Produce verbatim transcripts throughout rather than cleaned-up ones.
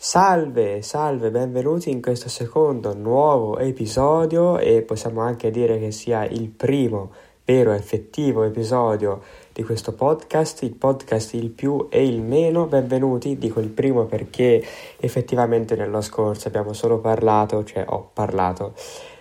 Salve, salve, benvenuti in questo secondo nuovo episodio e possiamo anche dire che sia il primo vero effettivo episodio di questo podcast, il podcast il più e il meno. Benvenuti, dico il primo perché effettivamente nello scorso abbiamo solo parlato, cioè ho parlato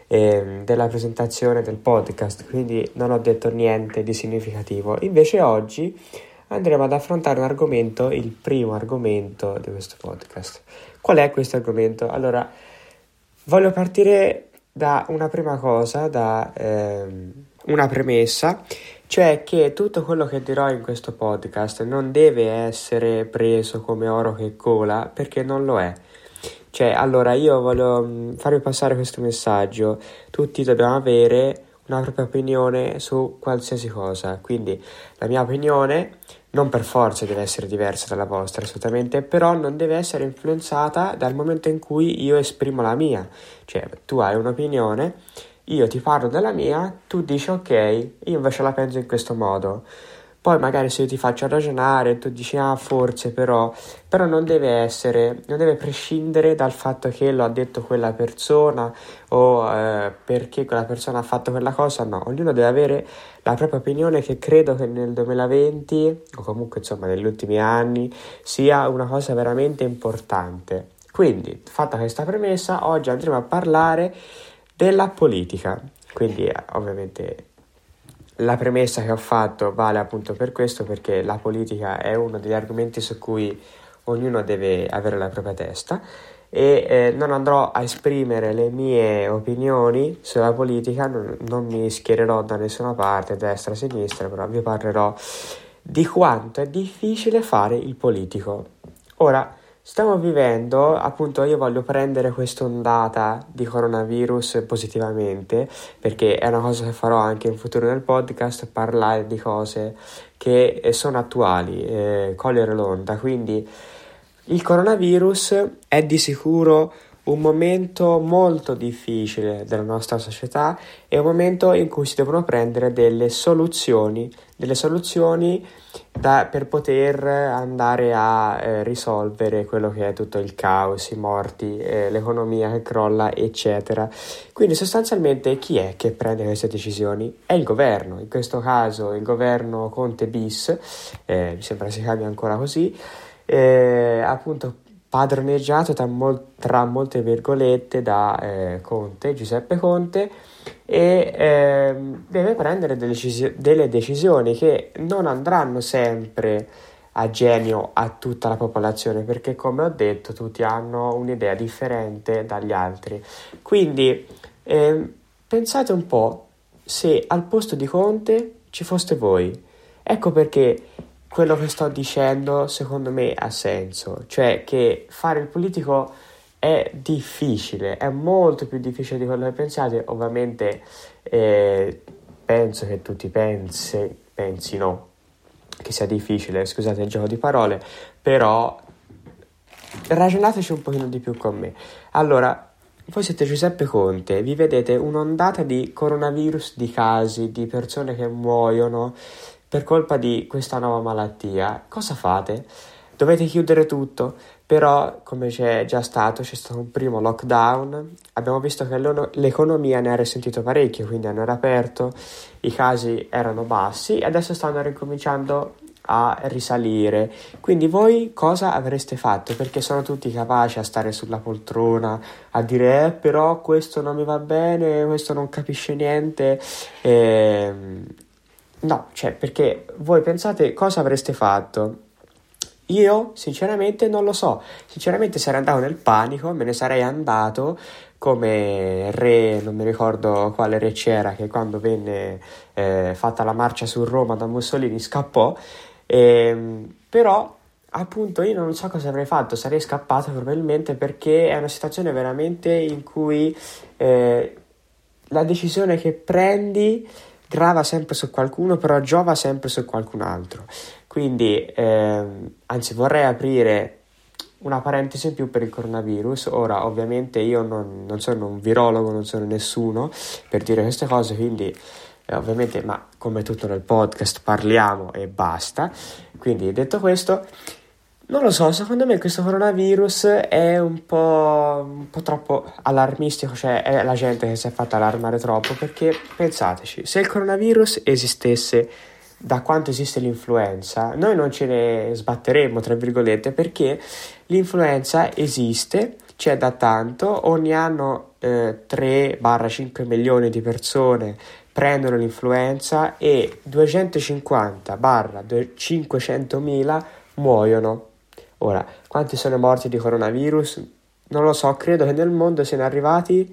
eh, della presentazione del podcast, quindi non ho detto niente di significativo. Invece oggi andremo ad affrontare un argomento, il primo argomento di questo podcast. Qual è questo argomento? Allora, voglio partire da una prima cosa, da ehm, una premessa, cioè che tutto quello che dirò in questo podcast non deve essere preso come oro che cola, perché non lo è. Cioè, allora, io voglio farvi passare questo messaggio. Tutti dobbiamo avere una propria opinione su qualsiasi cosa, quindi la mia opinione non per forza deve essere diversa dalla vostra, assolutamente, però non deve essere influenzata dal momento in cui io esprimo la mia. Cioè, tu hai un'opinione, io ti parlo della mia, tu dici ok, io invece la penso in questo modo. Poi magari se io ti faccio ragionare, tu dici ah forse però, però non deve essere, non deve prescindere dal fatto che lo ha detto quella persona o eh, perché quella persona ha fatto quella cosa, no, ognuno deve avere la propria opinione, che credo che nel duemilaventi o comunque insomma negli ultimi anni sia una cosa veramente importante. Quindi, fatta questa premessa, oggi andremo a parlare della politica, quindi eh, ovviamente la premessa che ho fatto vale appunto per questo, perché la politica è uno degli argomenti su cui ognuno deve avere la propria testa e eh, non andrò a esprimere le mie opinioni sulla politica, non, non mi schiererò da nessuna parte, destra, sinistra, però vi parlerò di quanto è difficile fare il politico. Ora, stiamo vivendo, appunto io voglio prendere quest'ondata di coronavirus positivamente, perché è una cosa che farò anche in futuro nel podcast, parlare di cose che sono attuali, eh, cogliere l'onda. Quindi il coronavirus è di sicuro un momento molto difficile della nostra società, è un momento in cui si devono prendere delle soluzioni, delle soluzioni da, per poter andare a eh, risolvere quello che è tutto il caos, i morti, eh, l'economia che crolla, eccetera. Quindi sostanzialmente chi è che prende queste decisioni? È il governo, in questo caso il governo Conte bis, eh, mi sembra si chiami ancora così, eh, appunto padroneggiato tra, mol- tra molte virgolette da eh, Conte, Giuseppe Conte, e eh, deve prendere delle, decisi- delle decisioni che non andranno sempre a genio a tutta la popolazione, perché come ho detto tutti hanno un'idea differente dagli altri. Quindi eh, pensate un po' se al posto di Conte ci foste voi. Ecco perché quello che sto dicendo secondo me ha senso, cioè che fare il politico è difficile, è molto più difficile di quello che pensiate. Ovviamente eh, penso che tutti pensi, pensino che sia difficile, scusate il gioco di parole, però ragionateci un pochino di più con me. Allora, voi siete Giuseppe Conte, vi vedete un'ondata di coronavirus, di casi, di persone che muoiono per colpa di questa nuova malattia. Cosa fate? Dovete chiudere tutto, però come c'è già stato, c'è stato un primo lockdown, abbiamo visto che l'economia ne ha risentito parecchio, quindi hanno riaperto, i casi erano bassi e adesso stanno ricominciando a risalire. Quindi voi cosa avreste fatto? Perché sono tutti capaci a stare sulla poltrona a dire eh, però questo non mi va bene, questo non capisce niente, ehm, no, cioè perché voi pensate cosa avreste fatto? Io sinceramente non lo so, sinceramente sarei andato nel panico, me ne sarei andato come re, non mi ricordo quale re c'era, che quando venne eh, fatta la marcia su Roma da Mussolini scappò, ehm, però appunto io non so cosa avrei fatto, sarei scappato probabilmente, perché è una situazione veramente in cui eh, la decisione che prendi grava sempre su qualcuno, però giova sempre su qualcun altro. Quindi, ehm, anzi, vorrei aprire una parentesi in più per il coronavirus. Ora, ovviamente, io non, non sono un virologo, non sono nessuno per dire queste cose, quindi, eh, ovviamente, ma come tutto nel podcast parliamo e basta. Quindi, detto questo, Non lo so, secondo me questo coronavirus è un po', un po' troppo allarmistico, cioè è la gente che si è fatta allarmare troppo, perché pensateci, se il coronavirus esistesse da quanto esiste l'influenza, noi non ce ne sbatteremmo, tra virgolette, perché l'influenza esiste, c'è da tanto, ogni anno eh, tre cinque milioni di persone prendono l'influenza e duecentocinquanta cinquecentomila muoiono. Ora, quanti sono morti di coronavirus? Non lo so, credo che nel mondo siano arrivati,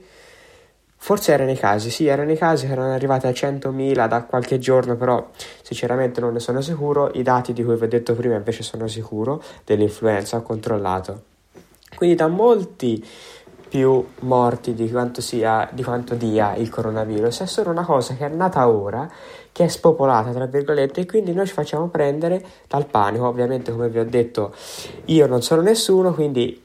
forse erano i casi, sì, erano i casi che erano arrivati a centomila da qualche giorno, però sinceramente non ne sono sicuro. I dati di cui vi ho detto prima invece sono sicuro, dell'influenza, ho controllato. Quindi da molti più morti di quanto sia, di quanto dia il coronavirus. È solo una cosa che è nata ora, che è spopolata, tra virgolette, e quindi noi ci facciamo prendere dal panico. Ovviamente, come vi ho detto, io non sono nessuno, quindi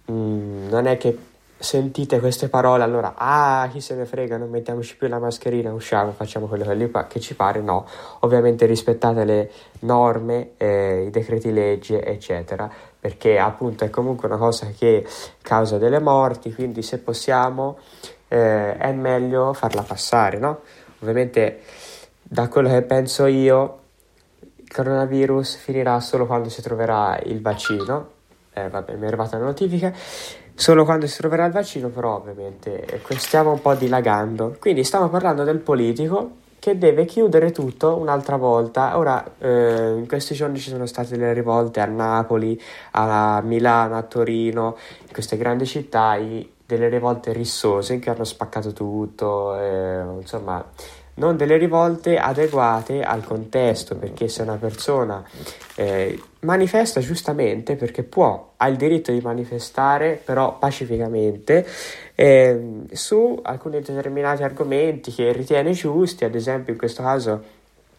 mm, non è che sentite queste parole allora, ah, chi se ne frega, non mettiamoci più la mascherina, usciamo, facciamo quello che, li, che ci pare. No, ovviamente rispettate le norme, eh, i decreti legge, eccetera, perché appunto è comunque una cosa che causa delle morti, quindi se possiamo eh, è meglio farla passare, no? Ovviamente, da quello che penso io, il coronavirus finirà solo quando si troverà il vaccino. Eh, vabbè, mi è arrivata la notifica. Solo quando si troverà il vaccino, però ovviamente eh, stiamo un po' dilagando. Quindi stiamo parlando del politico che deve chiudere tutto un'altra volta. Ora, eh, in questi giorni ci sono state delle rivolte a Napoli, a Milano, a Torino, in queste grandi città, i, delle rivolte rissose che hanno spaccato tutto, eh, insomma, non delle rivolte adeguate al contesto, perché se una persona eh, manifesta giustamente, perché può, ha il diritto di manifestare, però pacificamente, eh, su alcuni determinati argomenti che ritiene giusti, ad esempio in questo caso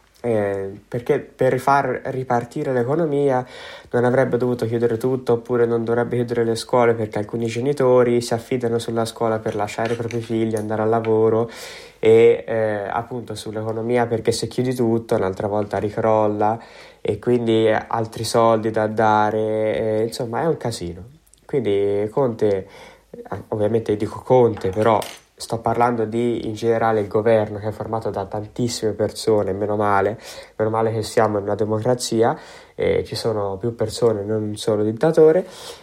eh, perché per far ripartire l'economia non avrebbe dovuto chiudere tutto, oppure non dovrebbe chiudere le scuole, perché alcuni genitori si affidano sulla scuola per lasciare i propri figli andare al lavoro, e eh, appunto sull'economia, perché se chiudi tutto un'altra volta ricrolla e quindi altri soldi da dare, eh, insomma è un casino. Quindi Conte, ovviamente dico Conte, però sto parlando di in generale il governo, che è formato da tantissime persone, meno male, meno male che siamo in una democrazia e ci sono più persone, non solo dittatore,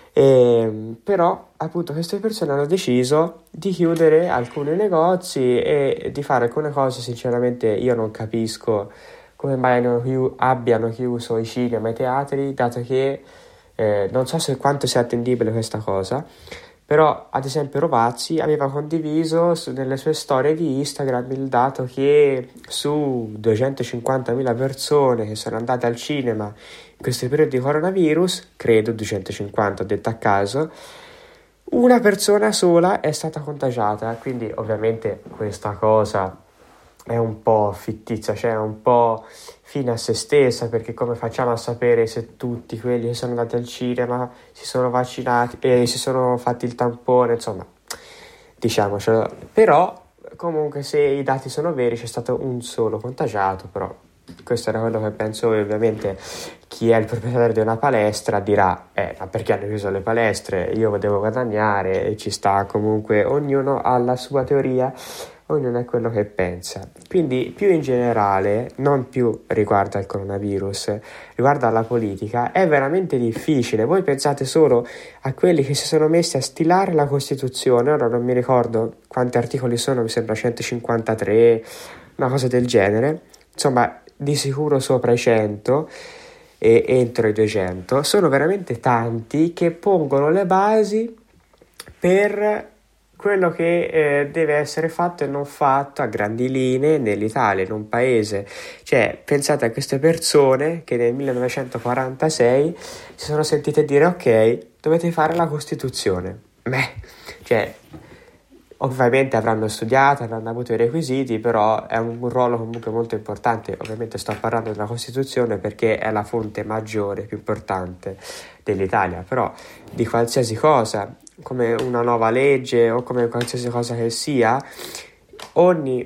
e, però appunto queste persone hanno deciso di chiudere alcuni negozi e di fare alcune cose. Sinceramente io non capisco come mai hanno chiu- abbiano chiuso i cinema e i teatri, dato che eh, non so se quanto sia attendibile questa cosa. Però, ad esempio, Rovazzi aveva condiviso su, nelle sue storie di Instagram il dato che su duecentocinquantamila persone che sono andate al cinema in questo periodo di coronavirus, credo duecentocinquanta, ho detto a caso, una persona sola è stata contagiata. Quindi, ovviamente, questa cosa è un po' fittizia, cioè è un po' fine a se stessa, perché come facciamo a sapere se tutti quelli che sono andati al cinema si sono vaccinati e si sono fatti il tampone, insomma, diciamocelo. Però comunque se i dati sono veri c'è stato un solo contagiato, però questo era quello che penso. E ovviamente chi è il proprietario di una palestra dirà eh ma perché hanno chiuso le palestre, io devo guadagnare, e ci sta. Comunque ognuno ha la sua teoria, ognuno è quello che pensa. Quindi più in generale, non più riguardo al coronavirus, riguardo alla politica, è veramente difficile. Voi pensate solo a quelli che si sono messi a stilare la Costituzione. Ora non mi ricordo quanti articoli sono, mi sembra centocinquantatré, una cosa del genere, insomma di sicuro sopra i cento e entro i duecento. Sono veramente tanti che pongono le basi per quello che eh, deve essere fatto e non fatto a grandi linee nell'Italia, in un paese. Cioè, pensate a queste persone che nel millenovecentoquarantasei si sono sentite dire ok, dovete fare la Costituzione. Beh, cioè, ovviamente avranno studiato, avranno avuto i requisiti, però è un, un ruolo comunque molto importante. Ovviamente sto parlando della Costituzione perché è la fonte maggiore, più importante dell'Italia, però di qualsiasi cosa, come una nuova legge o come qualsiasi cosa che sia, ogni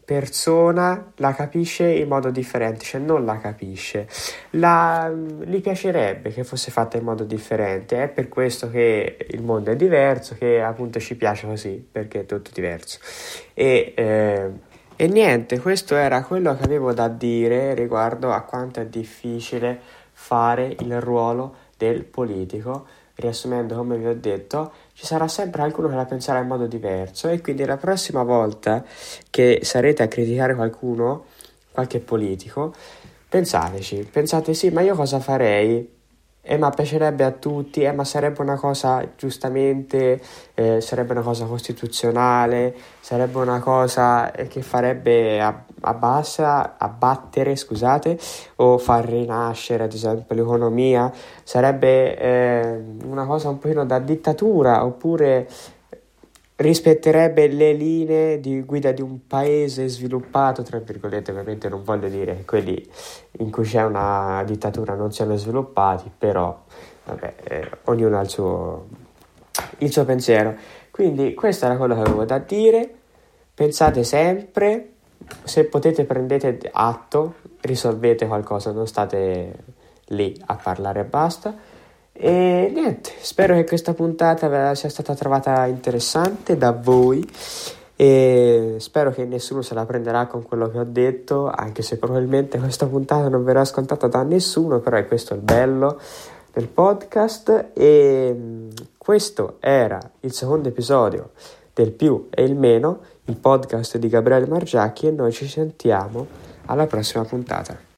persona la capisce in modo differente, cioè non la capisce, la, gli piacerebbe che fosse fatta in modo differente, è per questo che il mondo è diverso, che appunto ci piace così, perché è tutto diverso. E, eh, e niente, questo era quello che avevo da dire riguardo a quanto è difficile fare il ruolo del politico. Riassumendo, come vi ho detto, ci sarà sempre qualcuno che la penserà in modo diverso, e quindi la prossima volta che sarete a criticare qualcuno, qualche politico, pensateci, pensate sì, ma io cosa farei? Eh, ma piacerebbe a tutti, eh, ma sarebbe una cosa giustamente, eh, sarebbe una cosa costituzionale, sarebbe una cosa eh, che farebbe ab- abbassa, abbattere, scusate, o far rinascere ad esempio l'economia, sarebbe eh, una cosa un pochino da dittatura, oppure rispetterebbe le linee di guida di un paese sviluppato, tra virgolette. Ovviamente non voglio dire che quelli in cui c'è una dittatura non siano sviluppati, però vabbè, eh, ognuno ha il suo, il suo pensiero. Quindi questo era quello che avevo da dire. Pensate sempre, se potete prendete atto, risolvete qualcosa, non state lì a parlare e basta. E niente, spero che questa puntata sia stata trovata interessante da voi, e spero che nessuno se la prenderà con quello che ho detto, anche se probabilmente questa puntata non verrà ascoltata da nessuno, però è questo il bello del podcast. E questo era il secondo episodio del Più e il Meno, il podcast di Gabriele Margiacchi, e noi ci sentiamo alla prossima puntata.